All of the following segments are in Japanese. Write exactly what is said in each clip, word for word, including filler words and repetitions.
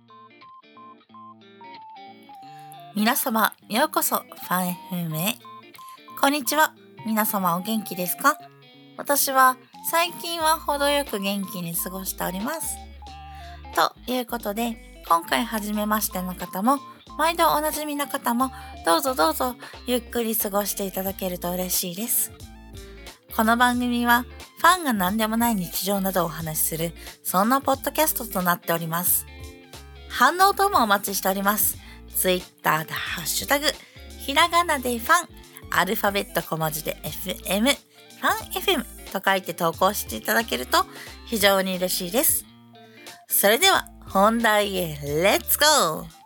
皆様ようこそファン エフエム へ。こんにちは。皆様お元気ですか？私は最近は程よく元気に過ごしております。ということで、今回初めましての方も毎度おなじみの方もどうぞどうぞゆっくり過ごしていただけると嬉しいです。この番組はファンが何でもない日常などをお話しする、そんなポッドキャストとなっております。反応等もお待ちしております。ツイッターでハッシュタグ、ひらがなでファン、アルファベット小文字で エフエム、ファン エフエム と書いて投稿していただけると非常に嬉しいです。それでは本題へレッツゴー。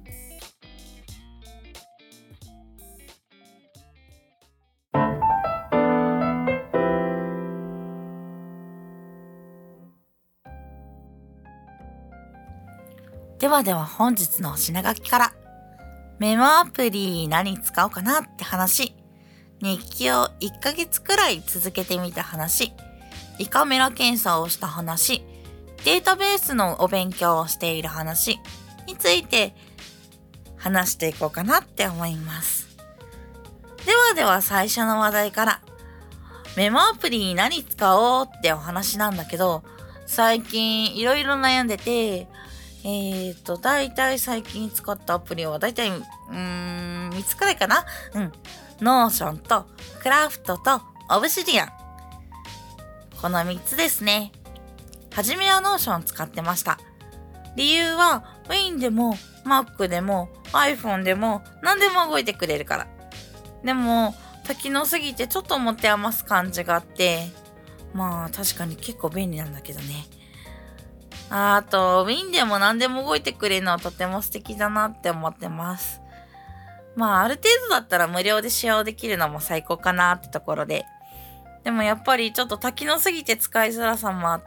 ではでは本日のお品書きから。メモアプリ何使おうかなって話、日記をいっかげつくらい続けてみた話、胃カメラ検査をした話、データベースのお勉強をしている話について話していこうかなって思います。ではでは最初の話題から。メモアプリ何使おうってお話なんだけど、最近いろいろ悩んでて、えーと、だいたい最近使ったアプリはだいたい、うーん、みっつくらいかな。うん。ノーションと、クラフトと、オブシディアン。このみっつですね。はじめはノーション使ってました。理由は、Win でも、Mac でも、iPhone でも、何でも動いてくれるから。でも、多機能すぎてちょっと持て余す感じがあって、まあ確かに結構便利なんだけどね。あと、Win でも何でも動いてくれるのはとても素敵だなって思ってます。まあ、ある程度だったら無料で使用できるのも最高かなってところで。でもやっぱりちょっと多機能すぎて使いづらさもあって、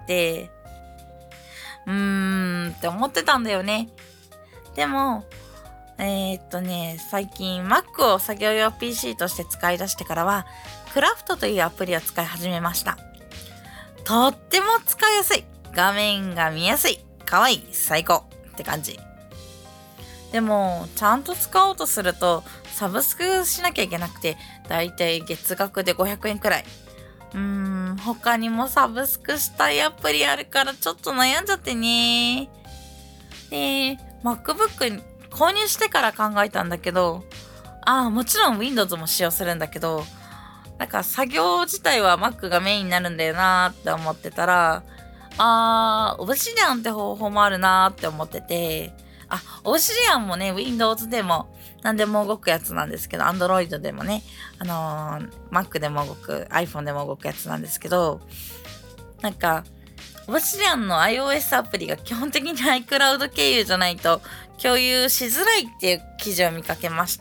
うーんって思ってたんだよね。でも、えー、っとね、最近 Mac を作業用 ピーシー として使い出してからは、クラフトというアプリを使い始めました。とっても使いやすい。画面が見やすい、かわいい、最高って感じ。でもちゃんと使おうとするとサブスクしなきゃいけなくて、だいたい月額でごひゃくえんくらい。うーん他にもサブスクしたいアプリあるからちょっと悩んじゃってね。で MacBook 購入してから考えたんだけど、ああもちろん Windows も使用するんだけど、なんか作業自体は Mac がメインになるんだよなーって思ってたら、あー、オブシディアンって方法もあるなーって思ってて、あ、オブシディアンもね、Windows でも何でも動くやつなんですけど、Android でもね、あのー、Mac でも動く、iPhone でも動くやつなんですけど、なんか、オブシディアンの iOS アプリが基本的に iCloud 経由じゃないと共有しづらいっていう記事を見かけまして、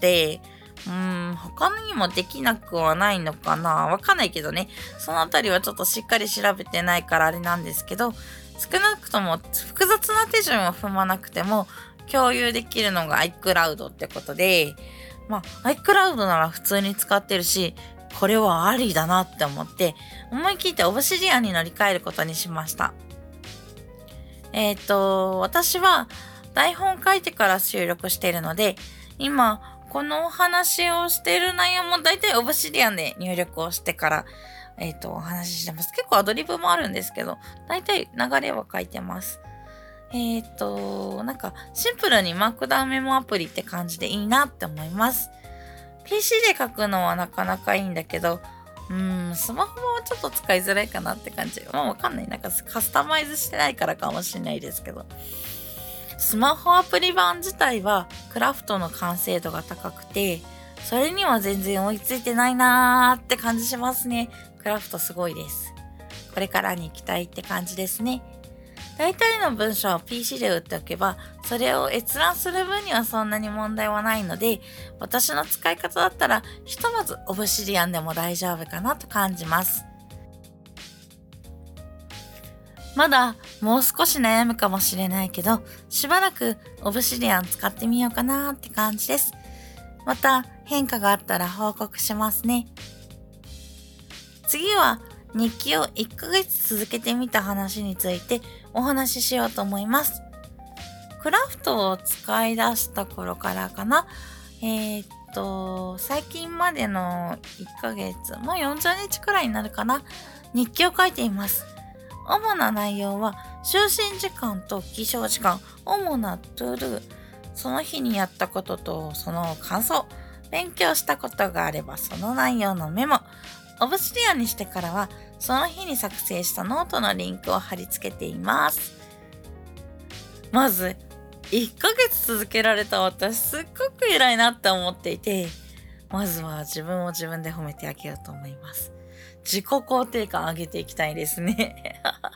うーん、他にもできなくはないのかな、わかんないけどね。そのあたりはちょっとしっかり調べてないからあれなんですけど、少なくとも複雑な手順を踏まなくても共有できるのが iCloud ってことで、まあ iCloud なら普通に使ってるし、これはありだなって思って思い切ってオブシディアンに乗り換えることにしました。えっと、私は台本書いてから収録しているので、今このお話をしている内容もだいたいオブシディアンで入力をしてから、えっと、お話ししてます。結構アドリブもあるんですけど、だいたい流れは書いてます。えっと、なんかシンプルにマークダウンメモアプリって感じでいいなって思います。ピーシー で書くのはなかなかいいんだけど、うーん、スマホはちょっと使いづらいかなって感じ。まあわかんない。なんかカスタマイズしてないからかもしれないですけど。スマホアプリ版自体はクラフトの完成度が高くて、それには全然追いついてないなーって感じしますね。クラフトすごいです。これからに期待って感じですね。大体の文章を ピーシー で打っておけば、それを閲覧する分にはそんなに問題はないので、私の使い方だったらひとまずオブシディアンでも大丈夫かなと感じます。まだもう少し悩むかもしれないけど、しばらくオブシディアン使ってみようかなって感じです。また変化があったら報告しますね。次は日記をいっかげつ続けてみた話についてお話ししようと思います。 クラフトを使い出した頃からかな。えー、っと、最近までのいっかげつ、もうよんじゅうにちくらいになるかな。日記を書いています。主な内容は、就寝時間と起床時間、主なトゥルー、その日にやったこととその感想、勉強したことがあればその内容のメモ、オブシディアンにしてからは、その日に作成したノートのリンクを貼り付けています。まず、いっかげつ続けられた私、すっごく偉いなって思っていて、まずは自分を自分で褒めてあげようと思います。自己肯定感上げていきたいですね。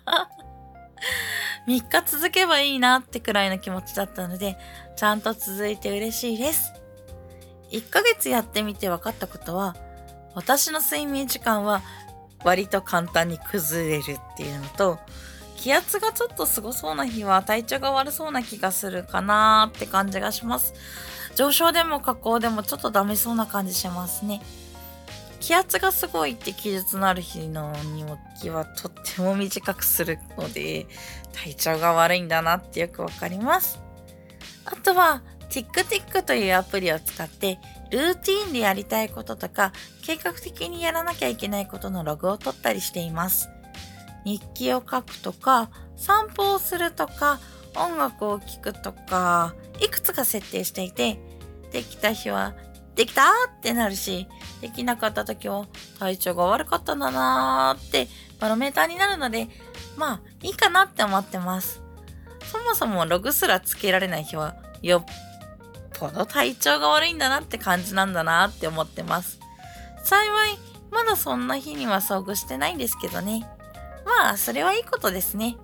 みっか続けばいいなってくらいの気持ちだったので、ちゃんと続いて嬉しいです。いっかげつやってみて分かったことは、私の睡眠時間は割と簡単に崩れるっていうのと、気圧がちょっとすごそうな日は体調が悪そうな気がするかなーって感じがします。上昇でも下降でもちょっとダメそうな感じしますね。気圧がすごいって記述のある日の日記はとっても短くするので、体調が悪いんだなってよくわかります。あとは TickTick というアプリを使ってルーティーンでやりたいこととか計画的にやらなきゃいけないことのログを取ったりしています。日記を書くとか散歩をするとか音楽を聴くとかいくつか設定していて、できた日はできたーってなるし、できなかった時は体調が悪かったんだなーってバロメーターになるので、まあいいかなって思ってます。そもそもログすらつけられない日はよっぽど体調が悪いんだなって感じなんだなって思ってます。幸いまだそんな日には遭遇してないんですけどね。まあそれはいいことですね。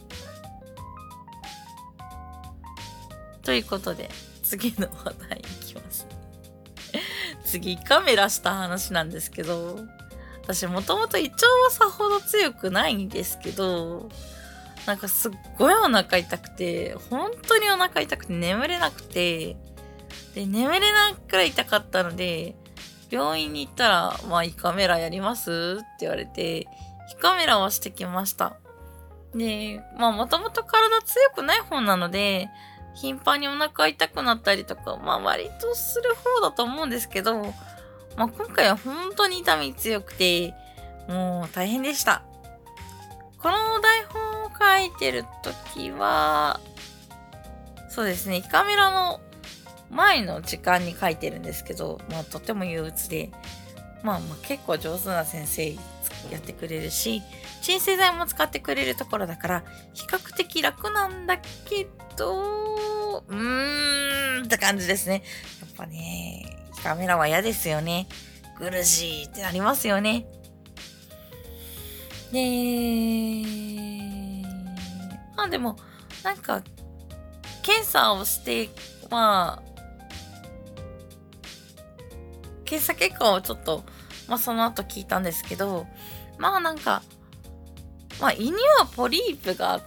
ということで次の話題いきます。次カメラした話なんですけど、私もともと胃腸はさほど強くないんですけど、なんかすっごいお腹痛くて、本当にお腹痛くて眠れなくて、で眠れなくらい痛かったので病院に行ったら、まあ胃カメラやりますって言われて胃カメラをしてきました。で、まあもともと体強くない方なので頻繁にお腹痛くなったりとか、まあ割とする方だと思うんですけど、まあ今回は本当に痛み強くて、もう大変でした。この台本を書いてる時は、そうですね、胃カメラの前の時間に書いてるんですけど、まあとても憂鬱で、まあまあ結構上手な先生やってくれるし、鎮静剤も使ってくれるところだから、比較的楽なんだけど、うーんって感じですね。やっぱね、胃カメラは嫌ですよね。苦しいってなりますよね。で、まあでも、なんか、検査をして、まあ、検査結果をちょっと、まあその後聞いたんですけど、まあなんか、まあ胃にはポリープがあって、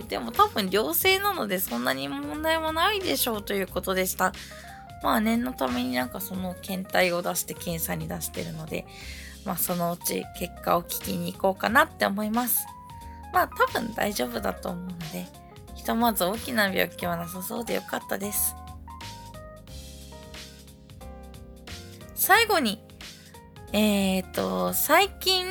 でも多分良性なのでそんなに問題はないでしょうということでした。まあ念のためになんかその検体を出して検査に出してるので、まあそのうち結果を聞きに行こうかなって思います。まあ多分大丈夫だと思うので、ひとまず大きな病気はなさそうでよかったです。最後に、えーと、最近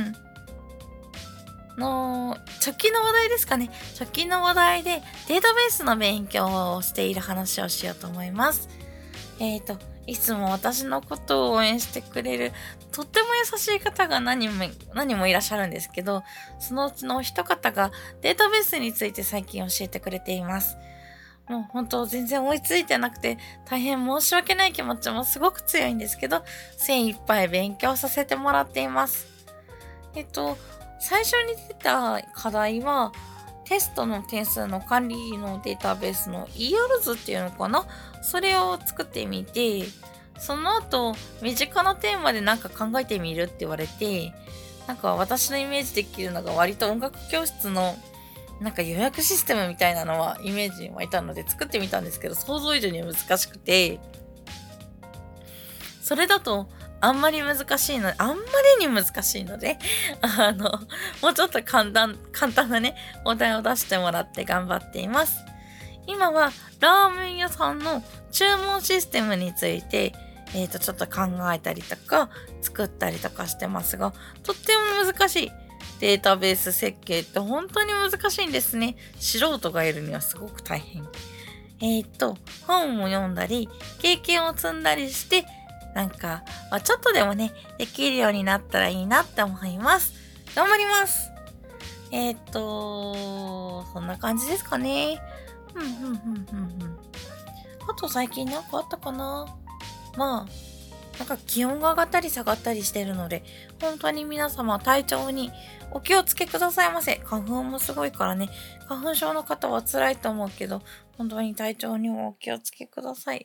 の直近の話題ですかね。直近の話題でデータベースの勉強をしている話をしようと思います。えーと、いつも私のことを応援してくれるとっても優しい方が何も、何もいらっしゃるんですけど、そのうちのお一方がデータベースについて最近教えてくれています。もう本当全然追いついてなくて大変申し訳ない気持ちもすごく強いんですけど、精一杯勉強させてもらっています。えっと、最初に出た課題はテストの点数の管理のデータベースの イーアール 図っていうのかな、それを作ってみて、その後身近なテーマでなんか考えてみるって言われて、なんか私のイメージできるのが割と音楽教室のなんか予約システムみたいなのはイメージに湧いたので作ってみたんですけど、想像以上に難しくて、それだとあんまり難しいの、あんまりに難しいので、あの、もうちょっと簡単、簡単なね、お題を出してもらって頑張っています。 今はラーメン屋さんの注文システムについて、えーと、ちょっと考えたりとか、作ったりとかしてますが、とっても難しい。データベース設計って本当に難しいんですね。素人がやるにはすごく大変。えーと、本を読んだり、経験を積んだりして、なんか、まあ、ちょっとでもね、できるようになったらいいなって思います。頑張ります。えーと、そんな感じですかね。うん、うん、うん、うん、うん。あと最近なんかあったかな？まあ、なんか気温が上がったり下がったりしてるので、本当に皆様体調にお気をつけくださいませ。花粉もすごいからね、花粉症の方は辛いと思うけど、本当に体調にもお気をつけください。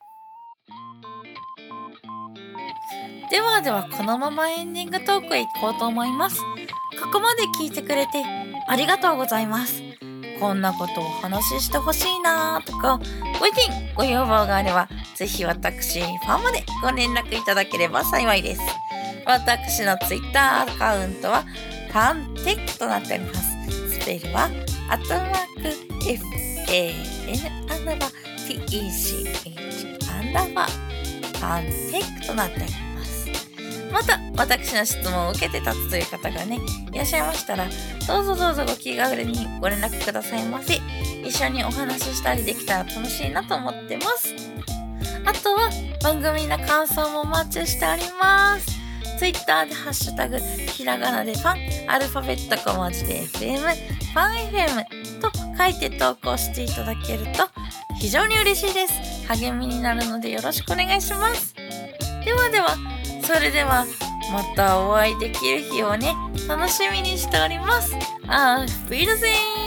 ではではこのままエンディングトークへ行こうと思います。ここまで聞いてくれてありがとうございます。こんなことをお話ししてほしいなーとか、ご意見、ご要望があれば、ぜひ私、ファンまでご連絡いただければ幸いです。私のツイッターアカウントは、ファンテックとなっております。スペルは、アットマーク、エフエーエヌ アンダーバー、ティーイーシーエイチ アンダーバー、ファンテックとなっております。また、私の質問を受けて立つという方がね、いらっしゃいましたら、どうぞどうぞご気軽にご連絡くださいませ。一緒にお話ししたりできたら楽しいなと思ってます。あとは、番組の感想もお待ちしております。ツイッターでハッシュタグ、ひらがなでファン、アルファベット小文字で エフエム、ファン エフエム と書いて投稿していただけると非常に嬉しいです。励みになるのでよろしくお願いします。ではでは、それではまたお会いできる日をね、楽しみにしております。あー、フィールゼーン。